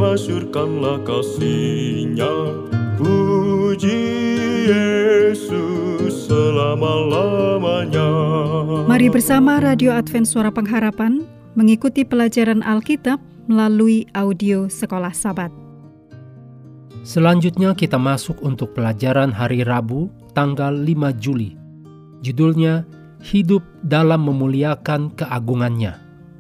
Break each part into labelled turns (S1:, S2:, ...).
S1: masyurkanlah kasih-Nya. Puji Yesus selama-lamanya.
S2: Mari bersama Radio Advent Suara Pengharapan mengikuti pelajaran Alkitab melalui audio Sekolah Sabat.
S3: Selanjutnya kita masuk untuk pelajaran hari Rabu, tanggal 5 Juli. Judulnya, Hidup dalam Memuliakan Keagungannya.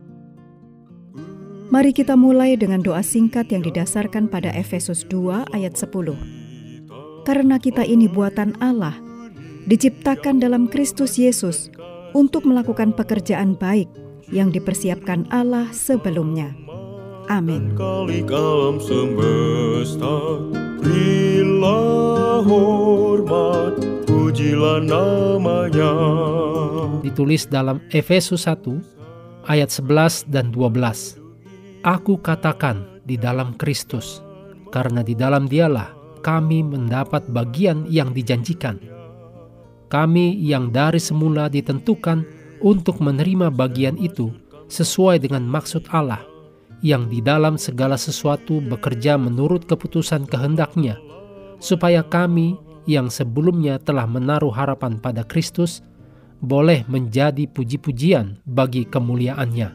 S2: Mari kita mulai dengan doa singkat yang didasarkan pada Efesus 2 ayat 10. Karena kita ini buatan Allah, diciptakan dalam Kristus Yesus untuk melakukan pekerjaan baik yang dipersiapkan Allah sebelumnya. Amin.
S1: Kali alam semesta, berilah hormat, pujilah namanya.
S3: Ditulis dalam Efesus 1 ayat 11 dan 12. Aku katakan di dalam Kristus, karena di dalam Dialah kami mendapat bagian yang dijanjikan. Kami yang dari semula ditentukan untuk menerima bagian itu sesuai dengan maksud Allah, yang di dalam segala sesuatu bekerja menurut keputusan kehendak-Nya, supaya kami yang sebelumnya telah menaruh harapan pada Kristus boleh menjadi puji-pujian bagi kemuliaan-Nya.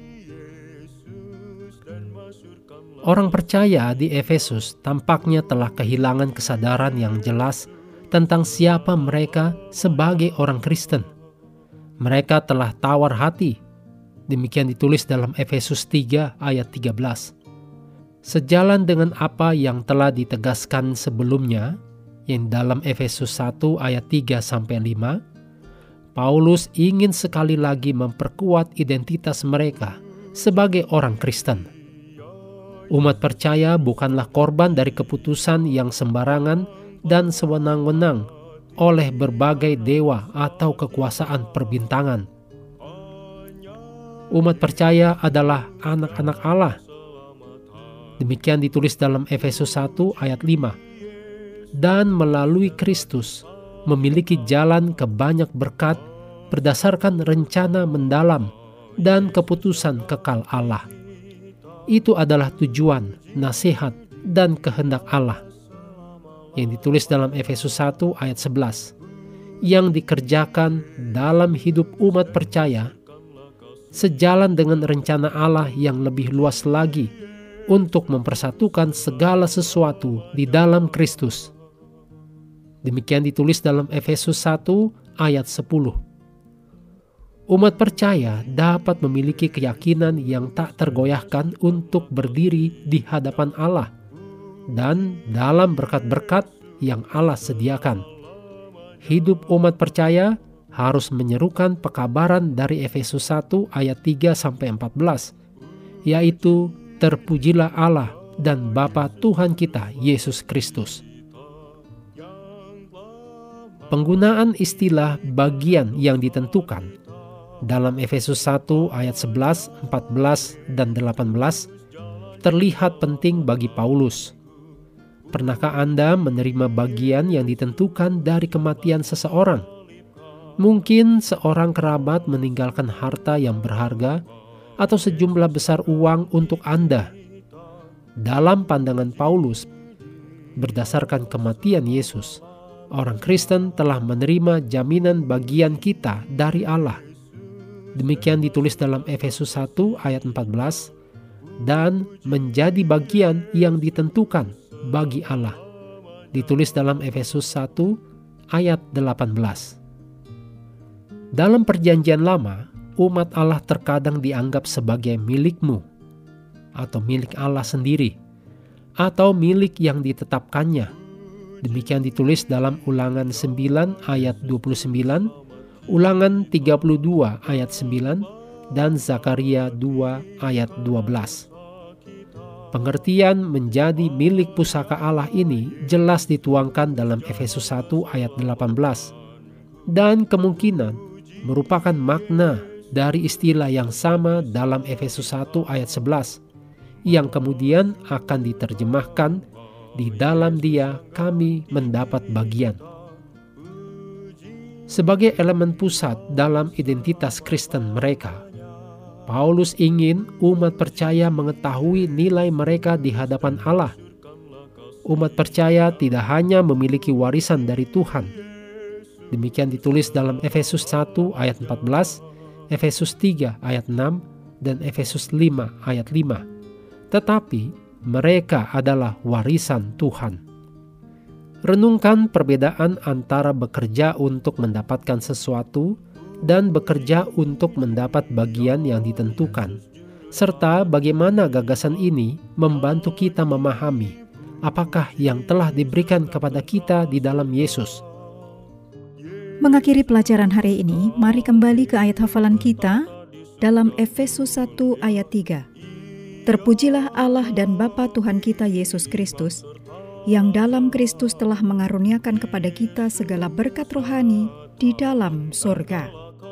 S3: Orang percaya di Efesus tampaknya telah kehilangan kesadaran yang jelas tentang siapa mereka sebagai orang Kristen. Mereka telah tawar hati. Demikian ditulis dalam Efesus 3 ayat 13. Sejalan dengan apa yang telah ditegaskan sebelumnya, yang dalam Efesus 1 ayat 3-5, Paulus ingin sekali lagi memperkuat identitas mereka sebagai orang Kristen. Umat percaya bukanlah korban dari keputusan yang sembarangan dan sewenang-wenang oleh berbagai dewa atau kekuasaan perbintangan. Umat percaya adalah anak-anak Allah. Demikian ditulis dalam Efesus 1 ayat 5. Dan melalui Kristus memiliki jalan ke banyak berkat berdasarkan rencana mendalam dan keputusan kekal Allah. Itu adalah tujuan, nasihat, dan kehendak Allah. Yang ditulis dalam Efesus 1 ayat 11. Yang dikerjakan dalam hidup umat percaya sejalan dengan rencana Allah yang lebih luas lagi untuk mempersatukan segala sesuatu di dalam Kristus. Demikian ditulis dalam Efesus 1 ayat 10. Umat percaya dapat memiliki keyakinan yang tak tergoyahkan untuk berdiri di hadapan Allah dan dalam berkat-berkat yang Allah sediakan. Hidup umat percaya harus menyerukan pekabaran dari Efesus 1 ayat 3-14, yaitu terpujilah Allah dan Bapa Tuhan kita Yesus Kristus. Penggunaan istilah bagian yang ditentukan dalam Efesus 1 ayat 11, 14, dan 18 terlihat penting bagi Paulus. Pernahkah Anda menerima bagian yang ditentukan dari kematian seseorang? Mungkin seorang kerabat meninggalkan harta yang berharga atau sejumlah besar uang untuk Anda. Dalam pandangan Paulus, berdasarkan kematian Yesus, orang Kristen telah menerima jaminan bagian kita dari Allah. Demikian ditulis dalam Efesus 1 ayat 14, dan menjadi bagian yang ditentukan bagi Allah. Ditulis dalam Efesus 1 ayat 18. Dalam perjanjian lama, umat Allah terkadang dianggap sebagai milikmu, atau milik Allah sendiri, atau milik yang ditetapkannya. Demikian ditulis dalam Ulangan 9 ayat 29, Ulangan 32 ayat 9, dan Zakaria 2 ayat 12. Pengertian menjadi milik pusaka Allah ini jelas dituangkan dalam Efesus 1 ayat 18, dan kemungkinan merupakan makna dari istilah yang sama dalam Efesus 1 ayat 11 yang kemudian akan diterjemahkan di dalam Dia kami mendapat bagian. Sebagai elemen pusat dalam identitas Kristen mereka, Paulus ingin umat percaya mengetahui nilai mereka di hadapan Allah. Umat percaya tidak hanya memiliki warisan dari Tuhan. Demikian ditulis dalam Efesus 1 ayat 14, Efesus 3 ayat 6, dan Efesus 5 ayat 5. Tetapi mereka adalah warisan Tuhan. Renungkan perbedaan antara bekerja untuk mendapatkan sesuatu dan bekerja untuk mendapat bagian yang ditentukan, serta bagaimana gagasan ini membantu kita memahami apakah yang telah diberikan kepada kita di dalam Yesus.
S2: Mengakhiri pelajaran hari ini, mari kembali ke ayat hafalan kita dalam Efesus 1 ayat 3. Terpujilah Allah dan Bapa Tuhan kita Yesus Kristus, yang dalam Kristus telah mengaruniakan kepada kita segala berkat rohani di dalam surga.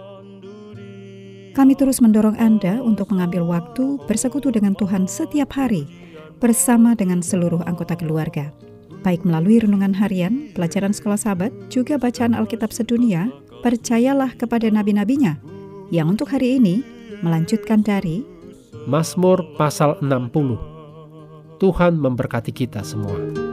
S2: Kami terus mendorong Anda untuk mengambil waktu bersekutu dengan Tuhan setiap hari bersama dengan seluruh anggota keluarga, baik melalui renungan harian, pelajaran sekolah sahabat, juga bacaan Alkitab sedunia. Percayalah kepada nabi-nabinya, yang untuk hari ini melanjutkan dari
S3: Mazmur pasal 60. Tuhan memberkati kita semua.